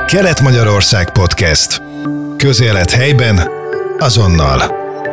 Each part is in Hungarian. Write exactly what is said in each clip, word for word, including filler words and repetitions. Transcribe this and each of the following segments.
Kelet-Magyarország Podcast. Közélet helyben, azonnal.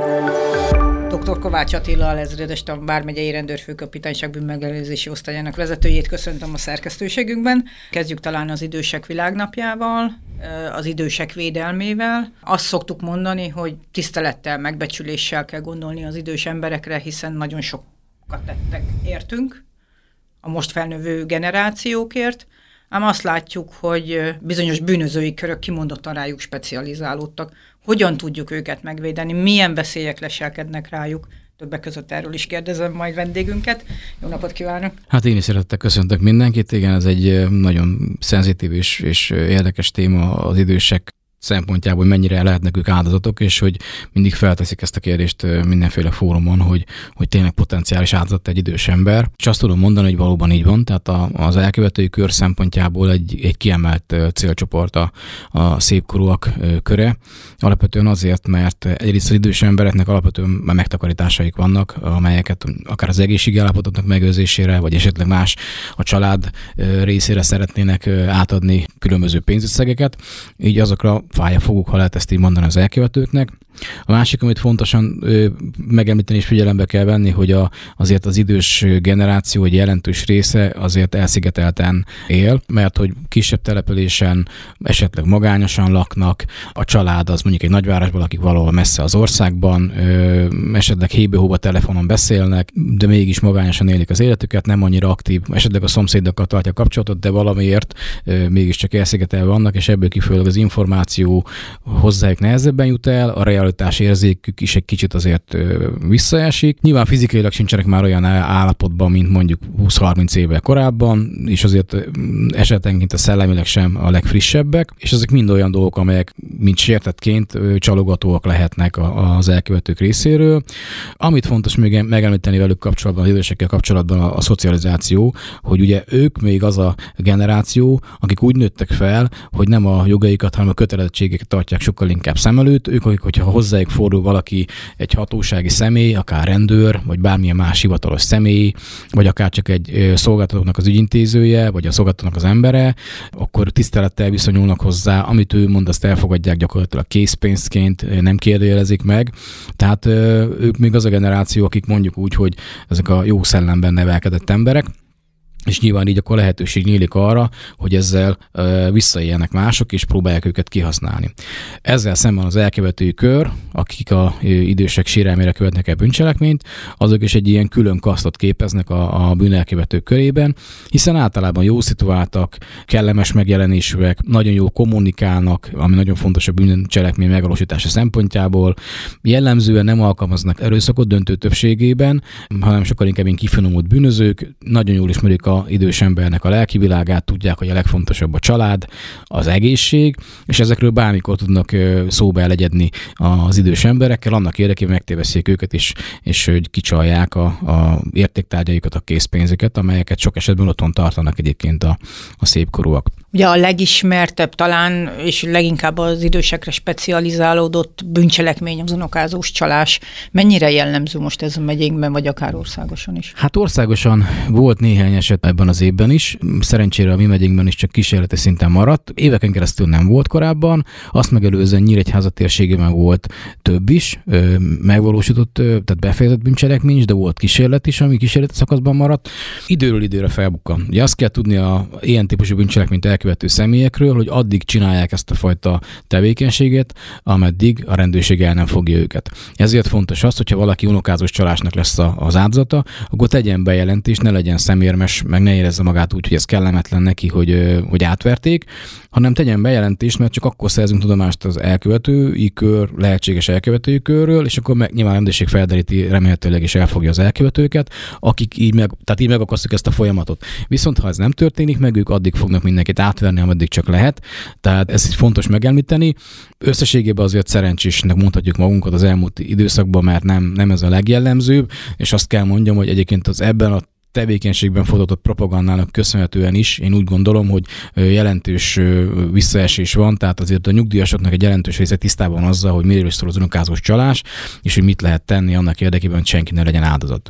doktor Kovács Attila alezredes, a vármegyei rendőrfőkapitányság bűnmegelőzési osztályának vezetőjét köszöntöm a szerkesztőségünkben. Kezdjük talán az idősek világnapjával, az idősek védelmével. Azt szoktuk mondani, hogy tisztelettel, megbecsüléssel kell gondolni az idős emberekre, hiszen nagyon sokat tettek értünk a most felnövő generációkért, ám azt látjuk, hogy bizonyos bűnözői körök kimondottan rájuk specializálódtak. Hogyan tudjuk őket megvédeni? Milyen veszélyek leselkednek rájuk? Többek között erről is kérdezem majd vendégünket. Jó napot kívánok! Hát én is szeretettel köszöntök mindenkit. Igen, ez egy nagyon szenzitív és, és érdekes téma az idősek szempontjából, hogy mennyire lehetnek ők áldozatok, és hogy mindig felteszik ezt a kérdést mindenféle fórumon, hogy, hogy tényleg potenciális áldozat egy idős ember. És azt tudom mondani, hogy valóban így van, tehát a, az elkövetői kör szempontjából egy, egy kiemelt célcsoport a, a szépkorúak köre. Alapvetően azért, mert egyrészt az idős embereknek alapvetően megtakarításaik vannak, amelyeket akár az egészségi állapotoknak megőrzésére, vagy esetleg más a család részére szeretnének átadni különböző pénzösszegeket. Így azokra fáj a foguk, ha lehet ezt így mondani az elkövetőknek. A másik, amit fontosan ö, megemlíteni és figyelembe kell venni, hogy a, azért az idős generáció egy jelentős része azért elszigetelten él, mert hogy kisebb településen esetleg magányosan laknak, a család az mondjuk egy nagyvárosban lakik valahol messze az országban, ö, esetleg hébe-hóba telefonon beszélnek, de mégis magányosan élik az életüket, nem annyira aktív, esetleg a szomszédokkal tartja kapcsolatot, de valamiért ö, mégiscsak elszigetelve vannak, és ebből kifolyólag az információ hozzájuk nehezebben jut el, a realitás érzékük is egy kicsit azért visszaesik. Nyilván fizikailag sincsenek már olyan állapotban, mint mondjuk húsz-harminc évvel korábban, és azért esetenként a szellemileg sem a legfrissebbek, és ezek mind olyan dolgok, amelyek mint sértettként csalogatóak lehetnek az elkövetők részéről. Amit fontos még megemlíteni velük kapcsolatban, az idősekkel kapcsolatban a, a szocializáció, hogy ugye ők még az a generáció, akik úgy nőttek fel, hogy nem a jogaikat, hanem a kötelezettségeket tartják sokkal inkább szem előtt. Ők, hogyha hozzájuk fordul valaki, egy hatósági személy, akár rendőr, vagy bármilyen más hivatalos személy, vagy akár csak egy szolgáltatónak az ügyintézője, vagy a szolgáltatónak az embere, akkor tisztelettel viszonyulnak hozzá, amit ő mond, azt elfogadják gyakorlatilag készpénzként, nem kérdőjelezik meg. Tehát ők még az a generáció, akik mondjuk úgy, hogy ezek a jó szellemben nevelkedett emberek, és nyilván így akkor lehetőség nyílik arra, hogy ezzel e, visszaéljenek mások, és próbálják őket kihasználni. Ezzel szemben az elkövetői kör, akik a e, idősek sérelmére követnek el bűncselekményt, azok is egy ilyen külön kasztot képeznek a, a bűnelkövetők körében, hiszen általában jó szituáltak, kellemes megjelenésűek, nagyon jól kommunikálnak, ami nagyon fontos a bűncselekmény megvalósítása szempontjából. Jellemzően nem alkalmaznak erőszakot döntő többségében, hanem sokkal inkább kifinomult bűnözők, nagyon jól ismerik a a idős embernek a lelki világát, tudják, hogy a legfontosabb a család, az egészség, és ezekről bármikor tudnak szóba elegyedni az idős emberekkel, annak érdekében megtévesszék őket, és, és hogy kicsalják a, a értéktárgyaikat, a készpénzüket, amelyeket sok esetben otthon tartanak egyébként a, a szépkorúak. Ugye a legismertebb talán, és leginkább az idősekre specializálódott bűncselekmény az unokázós csalás. Mennyire jellemző most ez a megyénkben, vagy akár országosan is? Hát országosan volt néhány eset ebben az évben is. Szerencsére a mi megyénkben is csak kísérleti szinten maradt. Éveken keresztül nem volt korábban. Azt megelőzően Nyíregyháza térségében volt több is, megvalósított, tehát befejezett bűncselekmény is, de volt kísérlet is, ami kísérleti szakaszban maradt. Időről időre felbukkan. Ugye azt kell tudni a ilyen típusú bűncselekményt elkövető személyekről, hogy addig csinálják ezt a fajta tevékenységet, ameddig a rendőrség el nem fogja őket. Ezért fontos az, hogyha valaki unokázós csalásnak lesz az áldozata, akkor tegyen bejelentést, ne legyen szemérmes, meg ne érezze magát úgy, hogy ez kellemetlen neki, hogy, hogy átverték, hanem tegyen bejelentést, mert csak akkor szerzünk tudomást az elkövetői kör, lehetséges elkövetői körről, és akkor meg, nyilván a rendőrség felderíti remélhetőleg és elfogja az elkövetőket, akik így meg, tehát így megakasztjuk ezt a folyamatot. Viszont ha ez nem történik meg, ők addig fognak mindenkit átverni, ameddig csak lehet. Tehát ez így fontos megemlíteni. Összességében azért szerencsésnek mondhatjuk magunkat az elmúlt időszakban, mert nem, nem ez a legjellemzőbb, és azt kell mondjam, hogy egyébként az ebben a tevékenységben folytatott propagandának köszönhetően is én úgy gondolom, hogy jelentős visszaesés van, tehát azért a nyugdíjasoknak egy jelentős része tisztában van azzal, hogy miről szól az unokázós csalás, és hogy mit lehet tenni annak érdekében, hogy senki ne legyen áldozat.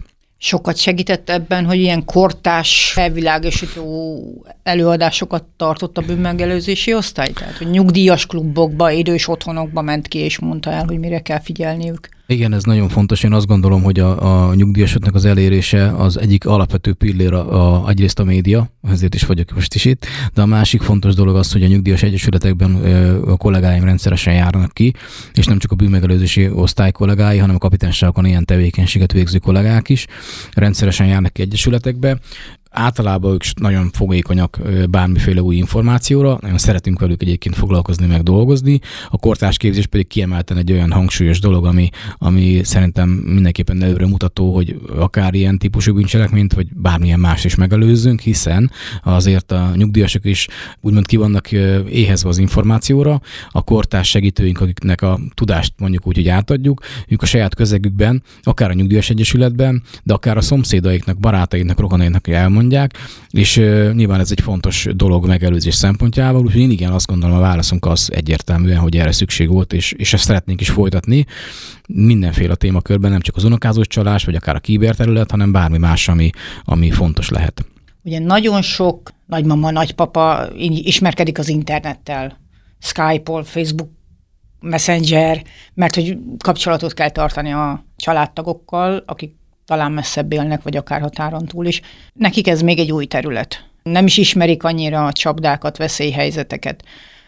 sokat segített ebben, hogy ilyen kortárs, felvilágosító előadásokat tartott a bűnmegelőzési osztály? Tehát, hogy nyugdíjas klubokba, idős otthonokba ment ki, és mondta el, hogy mire kell figyelniük. Igen, ez nagyon fontos. Én azt gondolom, hogy a, a nyugdíjasoknak az elérése az egyik alapvető pillér a, a, egyrészt a média, ezért is vagyok most is itt, de a másik fontos dolog az, hogy a nyugdíjas egyesületekben a kollégáim rendszeresen járnak ki, és nem csak a bűnmegelőzési osztály kollégái, hanem a kapitányságokon ilyen tevékenységet végző kollégák is rendszeresen járnak ki egyesületekbe. Általában ők nagyon fogékonyak bármiféle új információra, nagyon szeretünk velük egyébként foglalkozni, meg dolgozni. A kortárs képzés pedig kiemelten egy olyan hangsúlyos dolog, ami, ami szerintem mindenképpen előre mutató, hogy akár ilyen típusú bűncselekményt, vagy bármilyen más is megelőzzünk, hiszen azért a nyugdíjasok is úgymond ki vannak éhezve az információra, a kortárs segítőink, akiknek a tudást mondjuk úgy, hogy átadjuk, ők a saját közegükben, akár a nyugdíjas egyesületben, de akár a szomszédaiknak, barátaiknak, rokonaiknak elmondják, és uh, nyilván ez egy fontos dolog megelőzés szempontjából, úgyhogy én igen, azt gondolom, a válaszunk az egyértelműen, hogy erre szükség volt, és, és ezt szeretnénk is folytatni mindenféle témakörben, nem csak az unokázós csalás, vagy akár a kiberterület, hanem bármi más, ami, ami fontos lehet. Ugye nagyon sok nagymama, nagypapa ismerkedik az internettel, Skype-ol, Facebook Messenger, mert hogy kapcsolatot kell tartani a családtagokkal, akik talán messzebb élnek, vagy akár határon túl is. Nekik ez még egy új terület. Nem is ismerik annyira a csapdákat, veszélyhelyzeteket.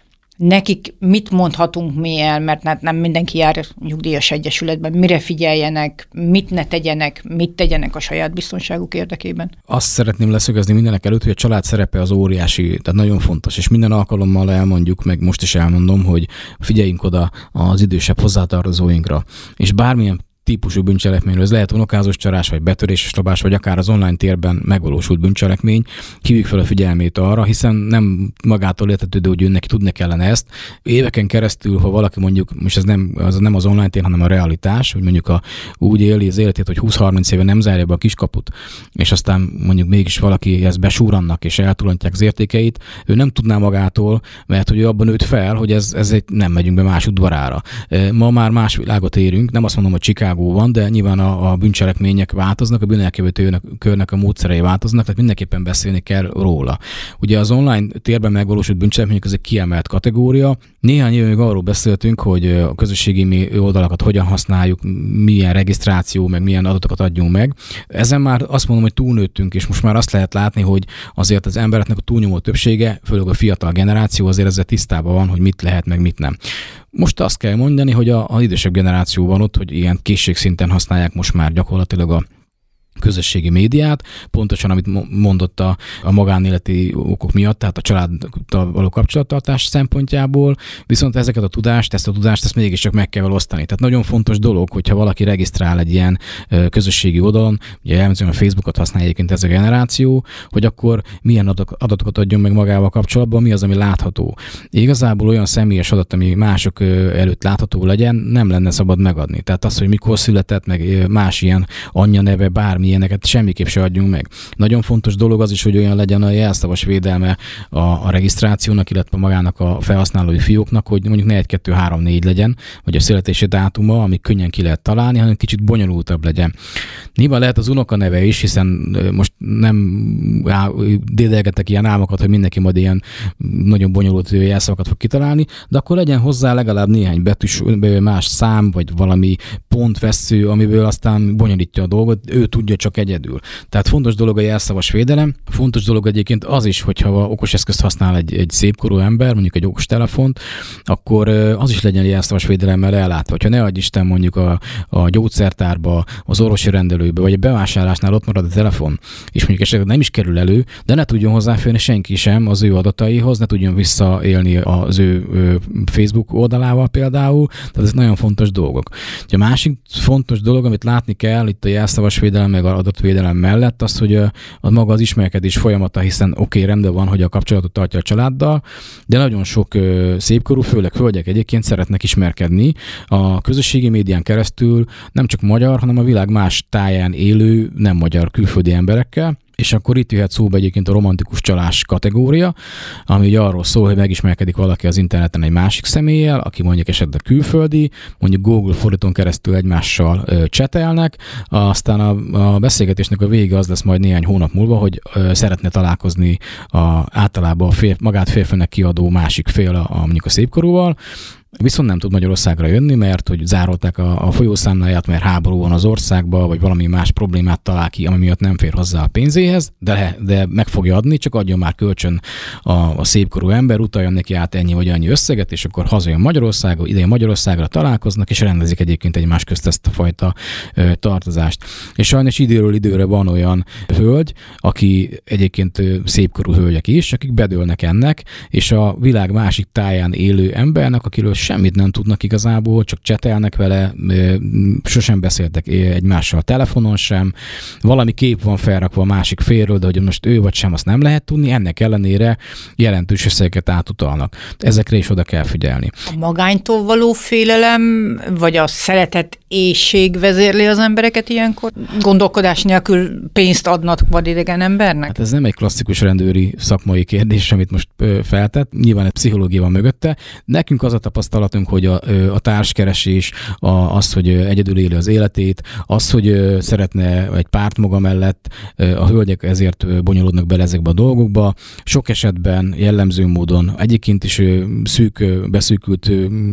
Nekik mit mondhatunk mi el, mert nem mindenki jár nyugdíjas egyesületben, mire figyeljenek, mit ne tegyenek, mit tegyenek a saját biztonságuk érdekében? Azt szeretném leszögezni mindenek előtt, hogy a család szerepe az óriási, tehát nagyon fontos, és minden alkalommal elmondjuk, meg most is elmondom, hogy figyeljünk oda az idősebb hozzátartozóinkra, és bármilyen típusú bűncselekményről, ez lehet unokázós csalás, vagy betöréses rabás, vagy akár az online térben megvalósult bűncselekmény, hívjuk fel a figyelmét arra, hiszen nem magától értetődő, hogy ő neki tudni kellene ezt. Éveken keresztül, ha valaki mondjuk, most ez nem az, nem az online tér, hanem a realitás, hogy mondjuk a, úgy éli az életét, hogy húsz-harminc éve nem zárja be a kiskaput, és aztán mondjuk mégis valaki ezt besúrannak, és eltulajdonítják az értékeit, ő nem tudná magától, mert hogy ő abban nőtt fel, hogy ez, ez egy, nem megyünk be más udvarára. Ma már más világot érünk, nem azt mondom, hogy Chicago van, de nyilván a, a bűncselekmények változnak, a bűnelkövető körnek a módszerei változnak, tehát mindenképpen beszélni kell róla. Ugye az online térben megvalósult bűncselekmények az egy kiemelt kategória. Néhány éve még arról beszéltünk, hogy a közösségi oldalakat hogyan használjuk, milyen regisztráció, meg milyen adatokat adjunk meg. Ezen már azt mondom, hogy túlnőttünk, és most már azt lehet látni, hogy azért az embereknek a túlnyomó többsége, főleg a fiatal generáció azért ezzel tisztában van, hogy mit lehet, meg mit nem. Most azt kell mondani, hogy az idősebb generáció van ott, hogy ilyen készségszinten használják most már gyakorlatilag a közösségi médiát, pontosan amit mondott a, a magánéleti okok miatt, tehát a családdal való kapcsolattartás szempontjából, viszont ezeket a tudást, ezt a tudást ezt mégiscsak meg kell osztani. Tehát nagyon fontos dolog, hogyha valaki regisztrál egy ilyen közösségi oldalon, ugye jellemzően a Facebookot használja egyébként ez a generáció, hogy akkor milyen adatokat adjon meg magával kapcsolatban, mi az, ami látható. Igazából olyan személyes adat, ami mások előtt látható legyen, nem lenne szabad megadni. Tehát az, hogy mikor született, meg más ilyen anyja neve, bármi ilyeneket semmiképp se adjunk meg. Nagyon fontos dolog az is, hogy olyan legyen a jelszavas védelme a, a regisztrációnak, illetve magának a felhasználói fióknak, hogy mondjuk ne egy, kettő, három, négy legyen, vagy a születési dátuma, ami könnyen ki lehet találni, hanem kicsit bonyolultabb legyen. Nyilván lehet az unoka neve is, hiszen most nem dédelgetek ilyen álmokat, hogy mindenki majd ilyen nagyon bonyolult jelszavakat fog kitalálni, de akkor legyen hozzá legalább néhány betűs, más szám, vagy valami pontvesző, amiből aztán bonyolítja a dolgot, ő tudja csak egyedül. Tehát fontos dolog a jelszavas védelem, fontos dolog egyébként az is, hogyha okos eszközt használ egy, egy szépkorú ember, mondjuk egy okos telefont, akkor az is legyen jelszavas védelemmel ellátva. Hogyha ne adj Isten mondjuk a, a gyógyszertárba, az orvosi rendelőbe, vagy a bevásárlásnál ott marad a telefon, és mondjuk esetleg nem is kerül elő, de ne tudjon hozzáférni senki sem az ő adataihoz, ne tudjon visszaélni az ő, ő Facebook oldalával például, tehát ez nagyon fontos dolgok. A másik fontos dolog, amit látni kell itt a jelszavas védelem meg a adatvédelem mellett, az, hogy a, a maga az ismerkedés folyamata, hiszen oké, okay, rendben van, hogy a kapcsolatot tartja a családdal, de nagyon sok ö, szépkorú, főleg hölgyek egyébként szeretnek ismerkedni a közösségi médián keresztül nem csak magyar, hanem a világ más táján élő, nem magyar külföldi emberekkel, és akkor itt jöhet szóba egyébként a romantikus csalás kategória, ami ugye arról szól, hogy megismerkedik valaki az interneten egy másik személlyel, aki mondjuk esetleg külföldi, mondjuk Google fordítón keresztül egymással ö, csetelnek, aztán a, a beszélgetésnek a vége az lesz majd néhány hónap múlva, hogy ö, szeretne találkozni a, általában a fér, magát férfinek kiadó másik fél, a, a mondjuk a szépkorúval, viszont nem tud Magyarországra jönni, mert hogy zárolták a, a folyószámláját, mert háború van az országban, vagy valami más problémát talál ki, ami miatt nem fér hozzá a pénzéhez, de, de meg fogja adni, csak adjon már kölcsön a, a szépkorú ember, utaljon neki át ennyi vagy annyi összeget, és akkor hazajön Magyarországra, idején Magyarországra találkoznak, és rendezik egyébként egymás közt ezt a fajta ö, tartozást. És sajnos időről időre van olyan hölgy, aki egyébként szépkorú hölgyek is, akik bedőlnek ennek, és a világ másik táján élő embernek, akiről semmit nem tudnak igazából, csak csetelnek vele, sosem beszéltek egymással telefonon sem, valami kép van felrakva a másik félről, de hogy most ő vagy sem, azt nem lehet tudni, ennek ellenére jelentős összegeket átutalnak. Ezekre is oda kell figyelni. A magánytól való félelem, vagy a szeretet éhség vezérli az embereket ilyenkor? Gondolkodás nélkül pénzt adnak vadidegen embernek? Hát ez nem egy klasszikus rendőri szakmai kérdés, amit most feltett. Nyilván egy pszichológia van mögötte. Nekünk az a tapasztalatunk, hogy a, a társkeresés, a, az, hogy egyedül éli az életét, az, hogy szeretne egy párt maga mellett, a hölgyek ezért bonyolódnak bele ezekbe a dolgokba. Sok esetben jellemző módon egyébként is szűk, beszűkült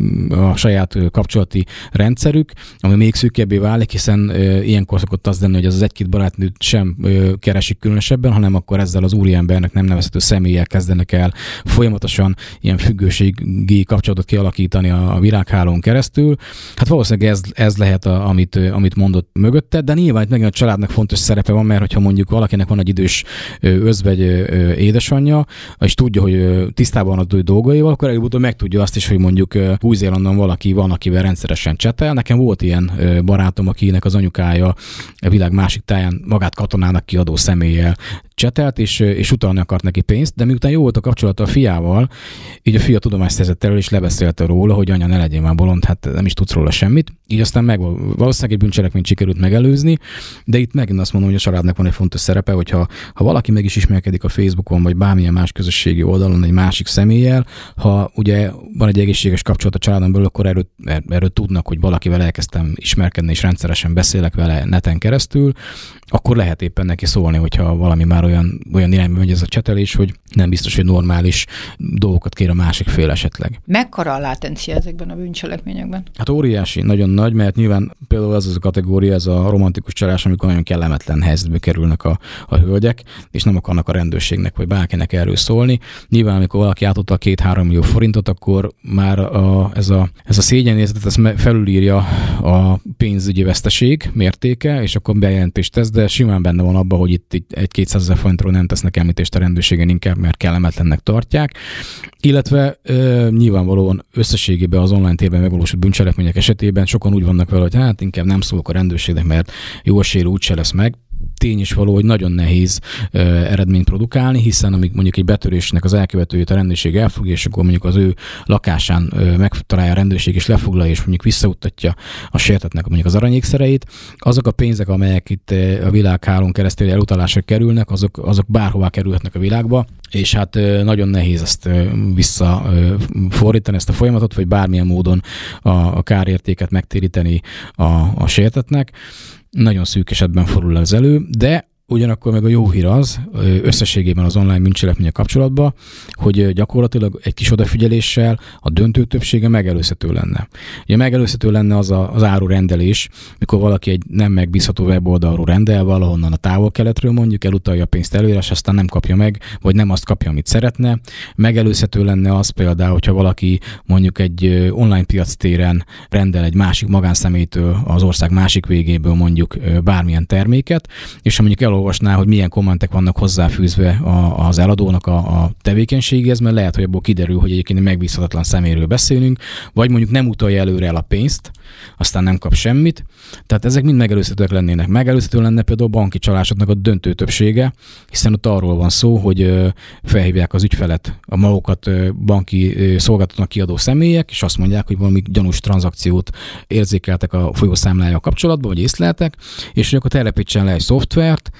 a saját kapcsolati rendszerük, ami még szűkebbé válik, hiszen e, ilyenkor szokott az lenni, hogy az, az egy-két barátnőt sem e, keresik különösebben, hanem akkor ezzel az úriembernek nem nevezhető személlyel kezdenek el folyamatosan ilyen függőségi kapcsolatot kialakítani a, a világhálón keresztül. Hát valószínűleg ez, ez lehet, a, amit, amit mondott mögötte, de nyilván megint a családnak fontos szerepe van, mert hogyha mondjuk valakinek van egy idős özvegy édesanyja, és tudja, hogy tisztában van a dolgaival, akkor előbb-utóbb megtudja azt is, hogy mondjuk Új-Zélandon valaki van, akivel rendszeresen csetel. Nekem volt ilyen barátom, akinek az anyukája a világ másik táján magát katonának kiadó személlyel csetelt, és, és utalni akart neki pénzt, de miután jó volt a kapcsolata a fiával, így a fia tudomást szerzett erről, és lebeszélte róla, hogy anya, ne legyél már bolond, hát nem is tudsz róla semmit. Így aztán meg, valószínűleg egy bűncselekményt sikerült megelőzni, de itt megint azt mondom, hogy a családnak van egy fontos szerepe, hogyha ha valaki meg is ismerkedik a Facebookon, vagy bármilyen más közösségi oldalon egy másik személlyel, ha ugye van egy egészséges kapcsolat a családon belül, akkor erről, erről tudnak, hogy valakivel elkezdtem ismerkedni, és rendszeresen beszélek vele neten keresztül, akkor lehet éppen neki szólni, hogyha valami már olyan, olyan irányba megy ez a csetelés, hogy nem biztos, hogy normális dolgokat kér a másik fél esetleg. Mekkora a látencia ezekben a bűncselekményekben? Hát óriási, nagyon nagy, mert nyilván például ez az a kategória, ez a romantikus csalás, amikor nagyon kellemetlen helyzetbe kerülnek a, a hölgyek, és nem akarnak a rendőrségnek vagy bárkinek erről szólni. Nyilván, amikor valaki átutal két-három millió forintot, akkor már a, ez, a, ez a szégyenérzetet ez felülírja a pénzügyi veszteség mértéke, és akkor bejelentést tesz, de simán benne van abban, hogy itt egy-kétszázezer forintról nem tesznek említést a rendőrségen, inkább mert kellemetlennek tartják. Illetve e, nyilvánvalóan összességében az online térben megvalósult bűncselekmények esetében sokan úgy vannak vele, hogy hát inkább nem szólok a rendőrségnek, mert jó esélyre úgyse lesz meg. Tény is való, hogy nagyon nehéz uh, eredményt produkálni, hiszen amíg mondjuk egy betörésnek az elkövetőjét a rendőrség elfogja, és akkor mondjuk az ő lakásán uh, megtalálja a rendőrség, és lefoglalja, és mondjuk visszauttatja a sértetnek mondjuk az aranyékszereit, azok a pénzek, amelyek itt uh, a világhálón keresztül elutalásra kerülnek, azok, azok bárhová kerülhetnek a világba, és hát uh, nagyon nehéz ezt uh, visszafordítani, ezt a folyamatot, vagy bármilyen módon a, a kárértéket megtéríteni a, a sértetnek. Nagyon szűk esetben fordul ez elő, de ugyanakkor meg a jó hír az, összességében az online bűncselekmények kapcsolatban, hogy gyakorlatilag egy kis odafigyeléssel a döntő többsége megelőzhető lenne. Ugye megelőzhető lenne az a, az árurendelés, mikor valaki egy nem megbízható weboldalról rendel valahonnan a távol-keletről mondjuk, elutalja a pénzt előre, és aztán nem kapja meg, vagy nem azt kapja, amit szeretne. Megelőzhető lenne az például, hogyha valaki mondjuk egy online piactéren rendel egy másik magánszemélytől az ország másik végéből mondjuk bármilyen terméket, és ha mondjuk elolvasná, hogy milyen kommentek vannak hozzáfűzve a, az eladónak a, a tevékenységéhez, mert lehet, hogy abból kiderül, hogy egyébként egy megbízhatatlan személyről beszélünk, vagy mondjuk nem utalja előre el a pénzt, aztán nem kap semmit. Tehát ezek mind megelőzhetőek lennének. Megelőzhető lenne például a banki csalásoknak a döntő többsége, hiszen ott arról van szó, hogy felhívják az ügyfelet, a magukat banki szolgáltatónak kiadó személyek, és azt mondják, hogy valami gyanús tranzakciót érzékeltek a folyószámlájával kapcsolatban, vagy észleltek, és hogy akkor telepítsen le egy szoftvert,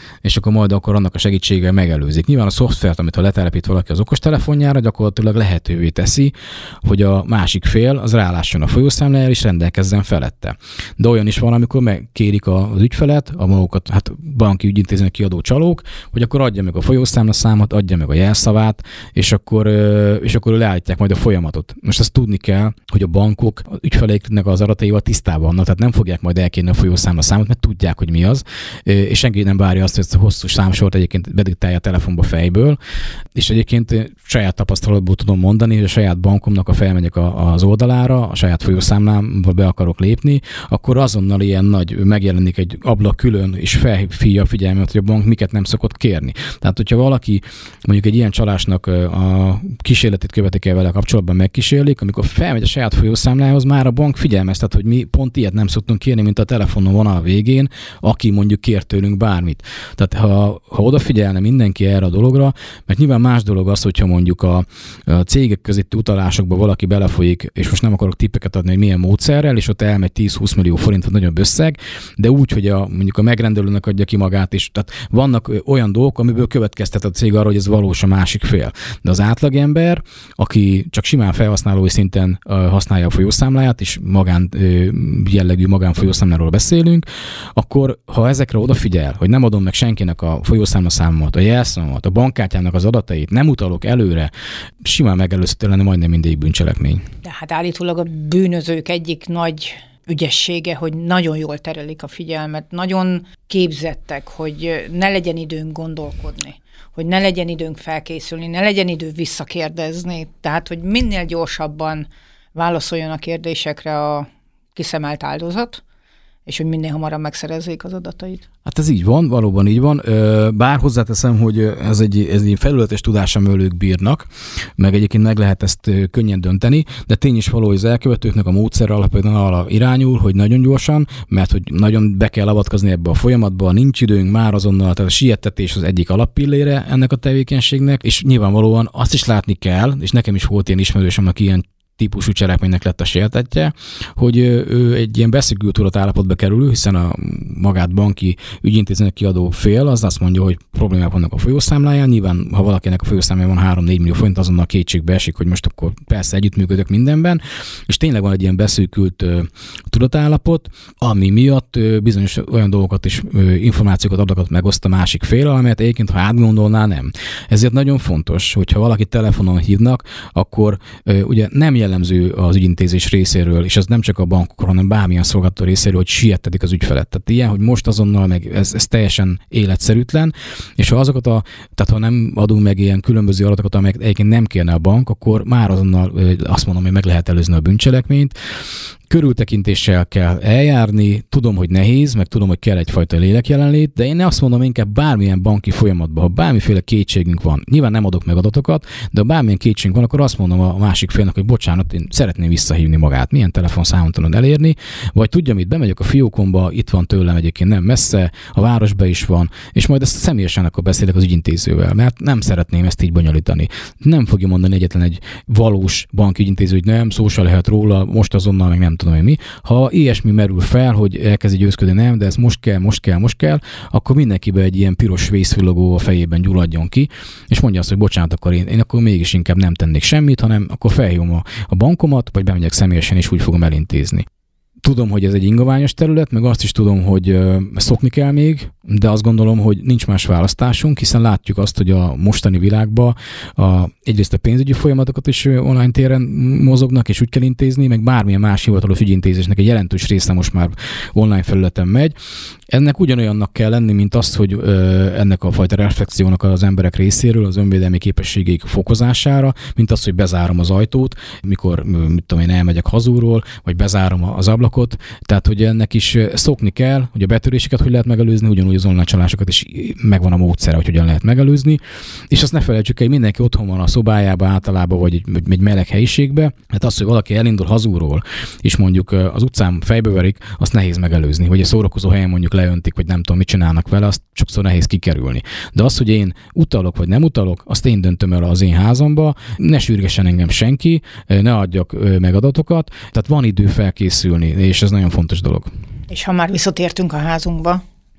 és akkor majd akkor annak a segítségével megelőzik. Nyilván a szoftvert, amit ha letelepít valaki az okostelefonjára, gyakorlatilag lehetővé teszi, hogy a másik fél az rálásson a folyószámlájára és rendelkezzen felette. De olyan is van, amikor megkérik az ügyfelet, a magukat, hát banki ügyintézőnek kiadó csalók, hogy akkor adja meg a folyószámlaszámot, adja meg a jelszavát, és akkor, és akkor leállítják majd a folyamatot. Most azt tudni kell, hogy a bankok az ügyfeleiknek az adataival tisztában vannak, tehát nem fogják majd elkérni a folyószámlaszámot, mert tudják, hogy mi az, és senki nem várja azt, hogy ezt a hosszú számsort egyébként bediktálja a telefonba fejből, és egyébként saját tapasztalatból tudom mondani, hogy a saját bankomnak, a felmegyek az oldalára, a saját folyószámlámba be akarok lépni, akkor azonnal ilyen nagy megjelenik egy ablak külön, és felhívja a figyelmet, hogy a bank miket nem szokott kérni. Tehát, hogyha valaki mondjuk egy ilyen csalásnak a kísérletét követik el vele kapcsolatban megkísérlik, amikor felmegy a saját folyószámlájához, már a bank figyelmeztet, hogy mi pont ilyet nem szoktunk kérni, mint a telefonon vonal végén, aki mondjuk kér tőlünk bármit. Tehát ha, ha odafigyelne mindenki erre a dologra, mert nyilván más dolog az, hogyha mondjuk a, a cégek közötti utalásokba valaki belefolyik, és most nem akarok tippeket adni, hogy milyen módszerrel, és ott elmegy tíz-húsz millió forint, vagy nagyobb összeg, de úgy, hogy a, mondjuk a megrendelőnek adja ki magát is. Tehát vannak olyan dolgok, amiből következtet a cég arra, hogy ez valós a másik fél. De az átlagember, aki csak simán felhasználói szinten használja a folyószámláját, és magán jellegű magánfolyószámláról beszélünk, akkor ha ezekre odafigyel, hogy nem adom meg senkinek a folyószámlaszámomat, a jelszavamat, a bankkártyámnak az adatait, nem utalok előre, simán megelőzhető lenne majdnem mindig bűncselekmény. De hát állítólag a bűnözők egyik nagy ügyessége, hogy nagyon jól terelik a figyelmet, nagyon képzettek, hogy ne legyen időnk gondolkodni, hogy ne legyen időnk felkészülni, ne legyen idő visszakérdezni, tehát hogy minél gyorsabban válaszoljon a kérdésekre a kiszemelt áldozat, és hogy minél hamarabb megszerezzék az adatait. Hát ez így van, valóban így van. Bár hozzáteszem, hogy ez egy, ez egy felületes tudás, amivel ők bírnak, meg egyébként meg lehet ezt könnyen dönteni, de tény is való, hogy az elkövetőknek a módszer alapvetően arra irányul, hogy nagyon gyorsan, mert hogy nagyon be kell avatkozni ebbe a folyamatba, nincs időnk már azonnal, tehát a siettetés az egyik alappillére ennek a tevékenységnek, és nyilvánvalóan azt is látni kell, és nekem is volt ilyen ismerősöm, aki ilyen típusú cselekménynek lett a sértettje, hogy ő egy ilyen beszűkült tudatállapotba kerül, hiszen a magát banki ügyintézőnek kiadó fél az azt mondja, hogy problémák vannak a folyószámláján. Nyilván, ha valakinek a folyószámláján van három-négy millió forint, azonnal kétségbe esik, hogy most akkor persze együttműködök mindenben, és tényleg van egy ilyen beszűkült tudatállapot, ami miatt bizonyos olyan dolgokat és információkat, adatokat megoszt a másik fél, amelyet egyébként, ha átgondolná, nem. Ezért nagyon fontos, hogyha valaki telefonon hívnak, akkor ugye nem jellemző az ügyintézés részéről, és ez nem csak a bankokról, hanem bármilyen szolgáltató részéről, hogy siettetik az ügyfelet. Tehát ilyen, hogy most azonnal meg ez, ez teljesen életszerűtlen, és ha azokat a, tehát ha nem adunk meg ilyen különböző adatokat, amelyek egyébként nem kérne a bank, akkor már azonnal azt mondom, hogy meg lehet előzni a bűncselekményt. Körültekintéssel kell eljárni, tudom, hogy nehéz, meg tudom, hogy kell egyfajta lélekjelenlét, de én azt mondom inkább bármilyen banki folyamatban, ha bármiféle kétségünk van, nyilván nem adok meg adatokat, de ha bármilyen kétségünk van, akkor azt mondom a másik félnek, hogy bocsánat, én szeretném visszahívni magát, milyen telefonszámon tudod elérni, vagy tudja, mit bemegyek a fiókomba, itt van tőlem egyébként nem messze, a városban is van, és majd ezt személyesen akkor beszélek az ügyintézővel, mert nem szeretném ezt így bonyolítani. Nem fogja mondani egyetlen egy valós banki ügyintéző, hogy nem, szó se lehet róla, most azonnal meg nem tudom én mi. Ha ilyesmi merül fel, hogy elkezdi győzködni, nem, de ez most kell, most kell, most kell, akkor mindenkibe egy ilyen piros vészvillogó a fejében gyulladjon ki, és mondja azt, hogy bocsánat, akkor én, én akkor mégis inkább nem tennék semmit, hanem akkor felhívom a, a bankomat, vagy bemegyek személyesen, és úgy fogom elintézni. Tudom, hogy ez egy ingoványos terület, meg azt is tudom, hogy uh, szokni kell még, de azt gondolom, hogy nincs más választásunk, hiszen látjuk azt, hogy a mostani világban a, egyrészt a pénzügyi folyamatokat is online téren mozognak, és úgy kell intézni, meg bármilyen más hivatalos ügyintézésnek egy jelentős része most már online felületen megy. Ennek ugyanolyannak kell lenni, mint azt, hogy ö, ennek a fajta reflexiónak az emberek részéről, az önvédelmi képességeik fokozására, mint az, hogy bezárom az ajtót, mikor, mit tudom én, elmegyek hazúról, vagy bezárom az ablakot. Tehát, hogy ennek is szokni kell, hogy a betöréseket hogy lehet megelőzni, ugyanúgy az online csalásokat is megvan a módszere, hogy hogyan lehet megelőzni. És azt ne felejtsük el, hogy mindenki otthon van a szobájába általában, vagy egy, egy meleg helyiségbe. Hát az, hogy valaki elindul hazúról, és mondjuk az utcán fejbeverik, azt nehéz megelőzni, vagy a szórakozó helyen mondjuk leöntik, vagy nem tudom, mit csinálnak vele, azt sokszor nehéz kikerülni. De az, hogy én utalok, vagy nem utalok, azt én döntöm el az én házamba, ne sürgessen engem senki, ne adjak meg adatokat, tehát van idő felkészülni, és ez nagyon fontos dolog. És ha már visszatértünk a házunkba,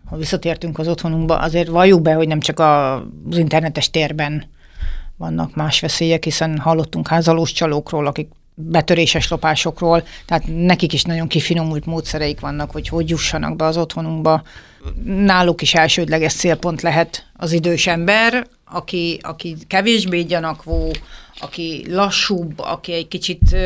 ha visszatértünk az otthonunkba, azért valljuk be, hogy nem csak az internetes térben vannak más veszélyek, hiszen hallottunk házalós csalókról, akik betöréses lopásokról, tehát nekik is nagyon kifinomult módszereik vannak, hogy hogy jussanak be az otthonunkba. Náluk is elsődleges célpont lehet az idős ember, aki, aki kevésbé gyanakvó, aki lassúbb, aki egy kicsit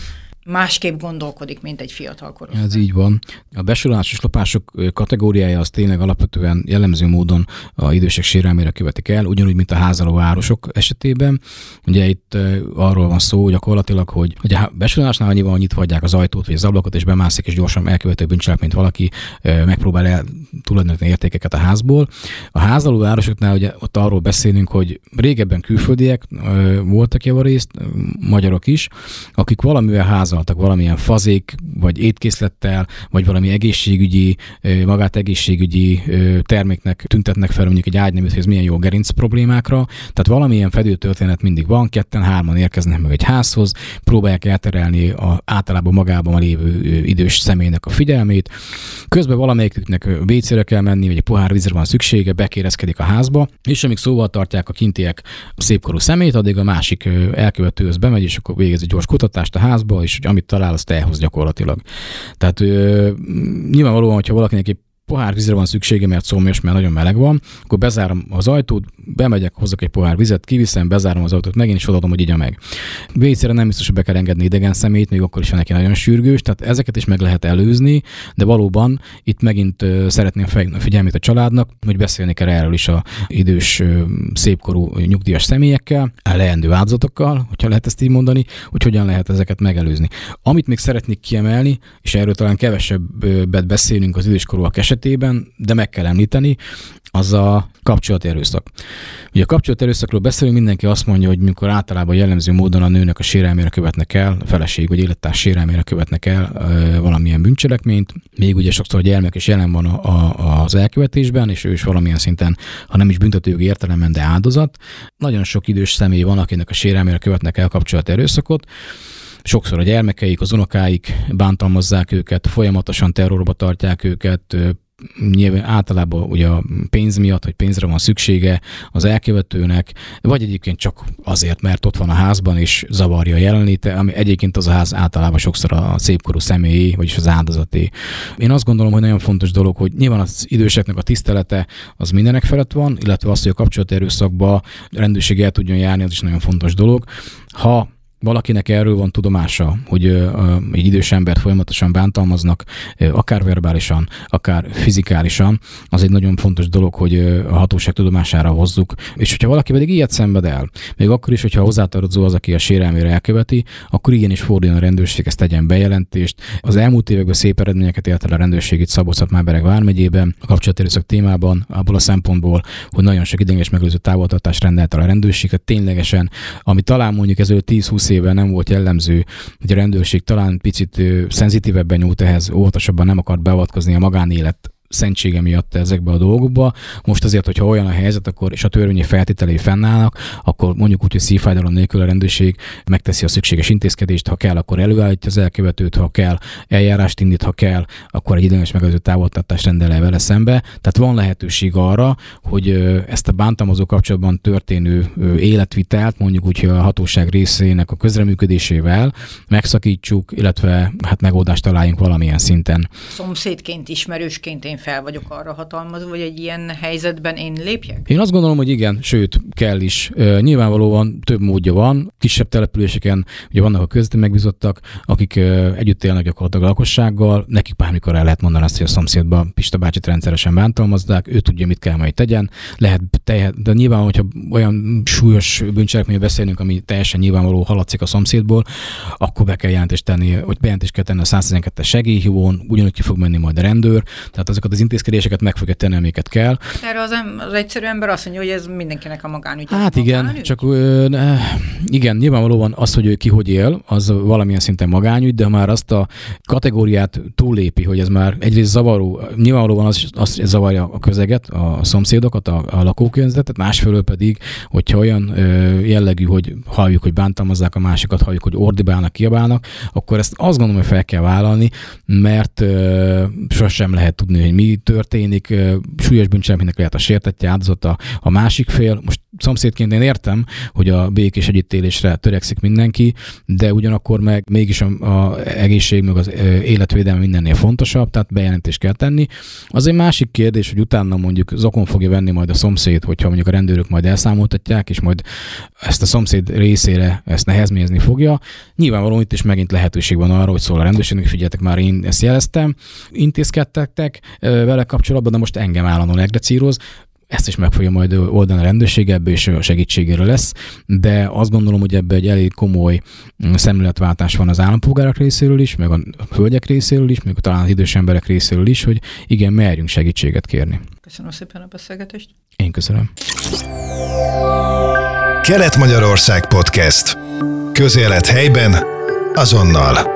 másképp gondolkodik, mint egy fiatalkorú. Ez így van. A besorolásos lopások kategóriája az tényleg alapvetően jellemző módon a idősek sérelmére követik el, ugyanúgy, mint a házaló árusok esetében. Ugye itt arról van szó gyakorlatilag, hogy, hogy a besorolásnál annyiban nyitva hagyják az ajtót vagy az ablakot, és bemászik, és gyorsan elkövető bűncselekményt valaki megpróbál el tulajdonítani értékeket a házból. A házaló árusoknál ugye ott arról beszélünk, hogy régebben külföldiek voltak javarészt, magyarok is, akik valamivel ház valamilyen fazék, vagy étkészlettel, vagy valami egészségügyi, magát egészségügyi terméknek tüntetnek fel, mondjuk egy ágyneműt, hogy ez milyen jó gerinc problémákra. Tehát valamilyen fedőtörténet mindig van, ketten, hárman érkeznek meg egy házhoz, próbálják elterelni a, általában magában a lévő idős személynek a figyelmét. Közben valamelyiküknek vécére kell menni, vagy egy pohár vízre van szüksége, bekérezkedik a házba, és amíg szóval tartják a kintiek szépkorú szemét, addig a másik elkövetőhöz bemegy, és akkor végez egy gyors kutatást a házba, és hogy amit talál, azt elhoz gyakorlatilag. Tehát ö, nyilvánvalóan, hogyha valakinek egy pohár vízre van szüksége, mert szomjas, mert nagyon meleg van, akkor bezárom az ajtót, bemegyek, hozok egy pohár vizet, kiviszem, bezárom az ajtót, megint is odaadom, hogy igya meg. Vécére nem biztos, hogy be kell engedni idegen szemét, még akkor is, ha neki nagyon sürgős, tehát ezeket is meg lehet előzni, de valóban itt megint uh, szeretném felhívni a figyelmét a családnak, hogy beszélni kell erről is a idős, uh, szépkorú nyugdíjas személyekkel, leendő áldozatokkal, hogyha lehet ezt így mondani, hogy hogyan lehet ezeket megelőzni. Amit még szeretnék kiemelni, és erről talán kevesebbet beszélünk az időskorúak esetében, de meg kell említeni, az a kapcsolati erőszak. Ugye a kapcsolati erőszakról beszélünk, mindenki azt mondja, hogy mikor általában jellemző módon a nőnek a sérelmére követnek el, a feleség vagy élettárs sérelmére követnek el e, valamilyen bűncselekményt, még ugye sokszor a gyermek is jelen van a, a, az elkövetésben, és ő is valamilyen szinten, ha nem is büntetőjogi értelemben, de áldozat. Nagyon sok idős személy van, akinek a sérelmére követnek el kapcsolati erőszakot. Sokszor a gyermekeik, az unokáik bántalmazzák őket, folyamatosan terrorba tartják őket, nyilván általában ugye a pénz miatt, hogy pénzre van szüksége az elkövetőnek, vagy egyébként csak azért, mert ott van a házban és zavarja a jelenléte, ami egyébként az a ház általában sokszor a szépkorú személyé, vagyis az áldozaté. Én azt gondolom, hogy nagyon fontos dolog, hogy nyilván az időseknek a tisztelete az mindenek felett van, illetve az, hogy a kapcsolati erőszakba rendőrség el tudjon járni, az is nagyon fontos dolog. Ha valakinek erről van tudomása, hogy uh, egy idős embert folyamatosan bántalmaznak, uh, akár verbálisan, akár fizikálisan, az egy nagyon fontos dolog, hogy uh, a hatóság tudomására hozzuk. És hogyha valaki pedig ilyet szenved el, még akkor is, hogyha a hozzátartozó az, aki a sérelmére elköveti, akkor igenis forduljon a rendőrség, ezt tegyen bejelentést. Az elmúlt években szép eredményeket ért el a rendőrség itt Szabolcs-Szatmár-Bereg vármegyében, a kapcsolaterőszak témában, abból a szempontból, hogy nagyon sok ideiglenes megelőző távoltartást rendelt el a rendőrség, tehát ténylegesen, ami talán mondjuk ezelőtt tíz-húsz éve nem volt jellemző, hogy a rendőrség talán picit szenzitívebben nyújt ehhez, óvatosabban nem akart beavatkozni a magánélet szentsége miatt ezekbe a dolgokba. Most azért, hogyha olyan a helyzet, akkor, és a törvényi feltételei fennállnak, akkor mondjuk úgy, hogy szívfájdalom nélkül a rendőrség megteszi a szükséges intézkedést, ha kell, akkor előállítja az elkövetőt, ha kell, eljárást indít, ha kell, akkor egy ideiglenes megelőző távoltartást rendel el vele szembe. Tehát van lehetőség arra, hogy ezt a bántalmazó kapcsolatban történő életvitelt, mondjuk úgy, hogy a hatóság részének a közreműködésével megszakítsuk, illetve hát megoldást találjunk valamilyen szinten. Szomszédként, ismerősként én fel vagyok arra hatalmazva, hogy egy ilyen helyzetben én lépjek? Én azt gondolom, hogy igen, sőt, kell is. Uh, nyilvánvalóan több módja van. Kisebb településeken ugye vannak a közvetlen megbízottak, akik uh, együtt élnek gyakorlatilag a lakossággal, nekik bármikor el lehet mondani azt, hogy a szomszédban Pista bácsit rendszeresen bántalmazzák, ő tudja, mit kell majd tegyen. Lehet, de nyilván, hogyha olyan súlyos bűncselekményről beszélünk, ami teljesen nyilvánvaló haladszik a szomszédból, akkor be kell jelentést tenni, hogy bejelentést kell tenni a száz tizenkettes segélyhívón, ugyanúgy ki fog menni majd a rendőr, tehát azokat az intézkedéseket meg fogja tenni, amiket kell. Erre az, az egyszerű ember azt mondja, hogy ez mindenkinek a magánügy. Hát igen, magánügy? Csak ö, ne, igen, nyilvánvalóan az, hogy ő ki hogy él, az valamilyen szinten magánügy, de ha már azt a kategóriát túllépi, hogy ez már egyrészt zavaró, nyilvánvalóan az, az zavarja a közeget, a szomszédokat, a, a lakókörnyezetet, másfelől pedig, hogyha olyan ö, jellegű, hogy halljuk, hogy bántalmazzák a másikat, halljuk, hogy ordibálnak, kiabálnak, akkor ezt azt gondolom, hogy fel kell vállalni, mert ö, sosem lehet tudni, hogy mi történik, súlyos bűncselekménynek lehet a sértettje, áldozata a másik fél. Most szomszédként én értem, hogy a békés együttélésre törekszik mindenki, de ugyanakkor meg mégis a, a egészség, meg az életvédelme mindennél fontosabb, tehát bejelentést kell tenni. Az egy másik kérdés, hogy utána mondjuk zokon fogja venni majd a szomszéd, hogyha mondjuk a rendőrök majd elszámoltatják, és majd ezt a szomszéd részére ezt nehezményezni fogja. Nyilvánvalóan itt is megint lehetőség van arra, hogy szól a rendőrségnek, figyeljetek már, én ezt jeleztem, intézkedtek vele kapcsolatban, de most engem állandóan egrecíroz. Ezt is meg fogja majd oldani a rendőrség, ebből is a segítségére lesz, de azt gondolom, hogy ebbe egy elég komoly szemléletváltás van az állampolgárok részéről is, meg a hölgyek részéről is, meg talán az idős emberek részéről is, hogy igen, merjünk segítséget kérni. Köszönöm szépen a beszélgetést. Én köszönöm. Kelet-Magyarország Podcast. Közélet helyben, azonnal.